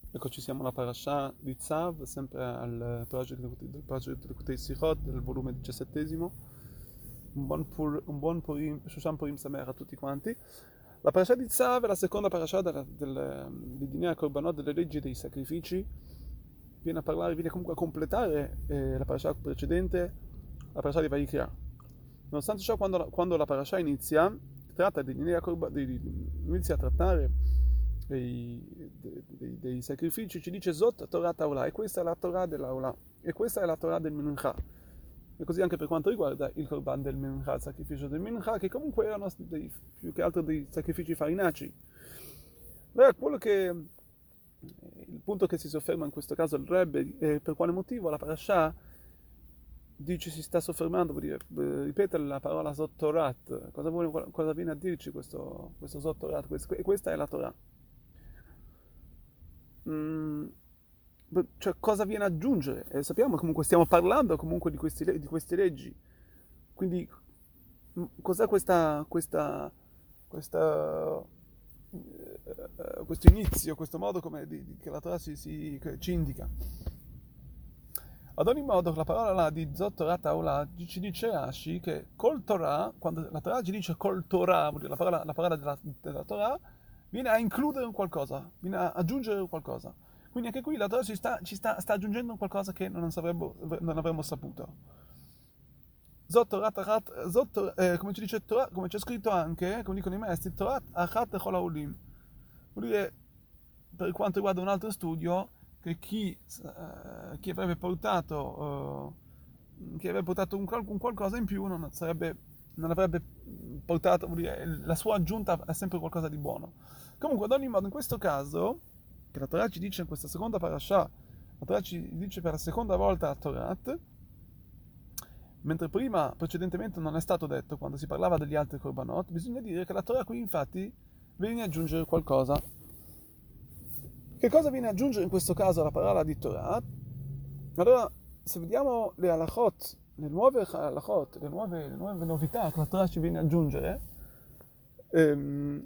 Eccoci siamo alla parasha di Tzav, sempre al Project Likutei Sichot, del volume 17esimo. Un buon Purim, Shushan Purim Sameach a tutti quanti. La parasha di Tzav è la seconda parasha di Dinei Korbanot, delle leggi dei sacrifici. Viene comunque a completare la parasha precedente, la parasha di Vaikra. Nonostante ciò, quando la parasha inizia, tratta inizia a trattare dei sacrifici, ci dice Zot Torah Ta'olah, e questa è la Torah dell'Aolah, e questa è la Torah del Mincha. E così anche per quanto riguarda il Korban del Mincha, il sacrificio del Mincha, che comunque erano più che altro dei sacrifici farinacei. Allora, il punto che si sofferma in questo caso il Rebbe è per quale motivo la parasha dice si sta soffermando, vuol dire, ripete la parola Zottorat. Cosa viene a dirci questo Zottorat? Questa è la Torah. Mm, cioè, cosa viene ad aggiungere? Sappiamo comunque, stiamo parlando comunque di queste leggi. Quindi, cos'è questa, questo inizio, questo modo che la Torah che ci indica? Ad ogni modo, la parola là di Zot Torah Ta'olah ci dice Rashi che col Torah, quando la Torah ci dice col Torah, vuol dire la parola della Torah, viene a includere un qualcosa, viene a aggiungere un qualcosa. Quindi anche qui la Torah sta aggiungendo un qualcosa che non avremmo saputo. Zot Torah come ci dice Torah, come c'è scritto anche, come dicono i maestri, Torah Achat Echol Haolim. Vuol dire, per quanto riguarda un altro studio, che chi avrebbe portato un qualcosa in più non avrebbe portato, vuol dire, la sua aggiunta è sempre qualcosa di buono. Comunque, ad ogni modo, in questo caso, che la Torah ci dice in questa seconda parasha, la Torah ci dice per la seconda volta a Torat, mentre precedentemente non è stato detto quando si parlava degli altri korbanot, bisogna dire che la Torah qui infatti viene ad aggiungere qualcosa. Che cosa viene ad aggiungere in questo caso alla parola di Torah? Allora, se vediamo le halachot, le nuove halachot, le nuove novità che la Torah ci viene ad aggiungere, ehm,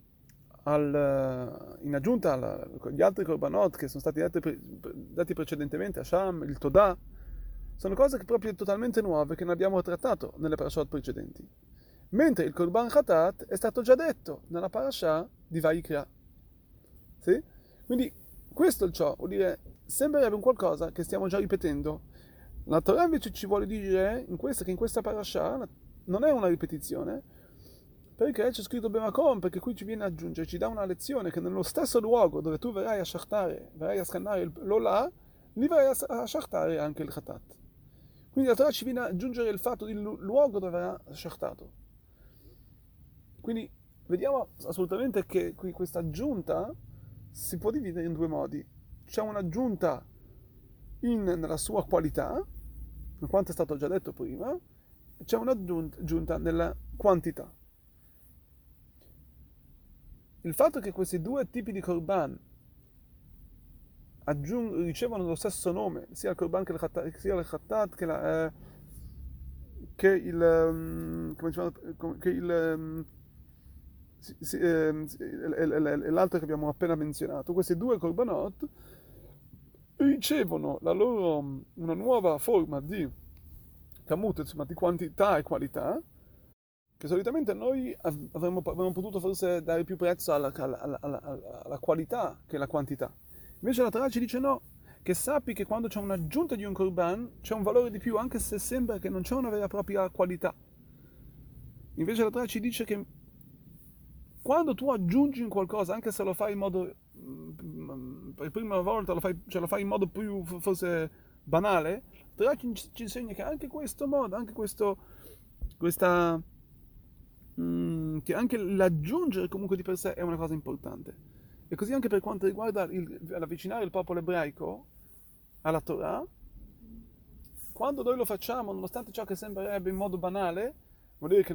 in aggiunta agli altri korbanot che sono stati dati precedentemente, Hashem, il Todah, sono cose che proprio totalmente nuove che non abbiamo trattato nelle parashot precedenti. Mentre il Korban Khatat è stato già detto nella parasha di Vaikra. Sì? Quindi questo è ciò, vuol dire, sembrerebbe un qualcosa che stiamo già ripetendo. La Torah invece ci vuole dire che in questa parasha non è una ripetizione, perché c'è scritto Bemakom, perché qui ci viene ad aggiungere, ci dà una lezione che nello stesso luogo dove tu verrai a shachtare, verrai a scannare l'Olah, lì verrai a shachtare anche il Khatat. Quindi la Torah ci viene ad aggiungere il fatto del luogo dove verrà shachtato. Quindi vediamo assolutamente che qui questa aggiunta si può dividere in due modi. C'è un'aggiunta nella sua qualità, in quanto è stato già detto prima, e c'è un'aggiunta nella quantità. Il fatto che questi due tipi di korban ricevono lo stesso nome, sia il korban sia il khattat l'altro che abbiamo appena menzionato, questi due korbanot ricevono una nuova forma di kamut, insomma, di quantità e qualità, che solitamente noi avremmo potuto forse dare più prezzo alla qualità che alla quantità. Invece la Torah ci dice no, che sappi che quando c'è un'aggiunta di un korban c'è un valore di più, anche se sembra che non c'è una vera e propria qualità. Invece la Torah ci dice che quando tu aggiungi un qualcosa, anche se lo fai in modo, per prima volta lo fai in modo più forse banale, la Torah ci insegna che anche questo modo, questa, che anche l'aggiungere comunque di per sé è una cosa importante. E così anche per quanto riguarda l'avvicinare il popolo ebraico alla Torah, quando noi lo facciamo, nonostante ciò che sembrerebbe in modo banale, vuol dire che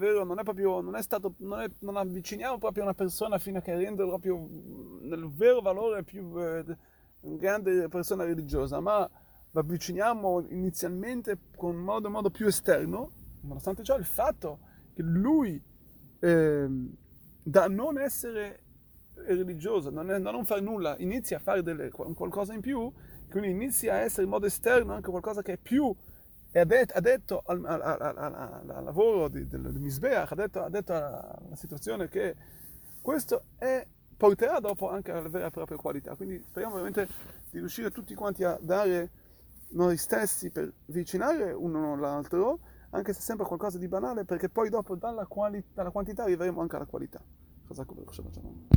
non avviciniamo proprio una persona fino a che rende proprio nel vero valore più grande persona religiosa, ma lo avviciniamo inizialmente con modo più esterno, nonostante ciò il fatto che lui da non essere religioso, non fare nulla, inizia a fare qualcosa in più, quindi inizia a essere in modo esterno anche qualcosa che è più è addetto al lavoro del Misbeach, addetto alla situazione che questo porterà dopo anche alla vera e propria qualità. Quindi speriamo veramente di riuscire tutti quanti a dare noi stessi per avvicinare uno all'altro, anche se sembra qualcosa di banale, perché poi dopo dalla quantità arriveremo anche alla qualità. Cosa facciamo?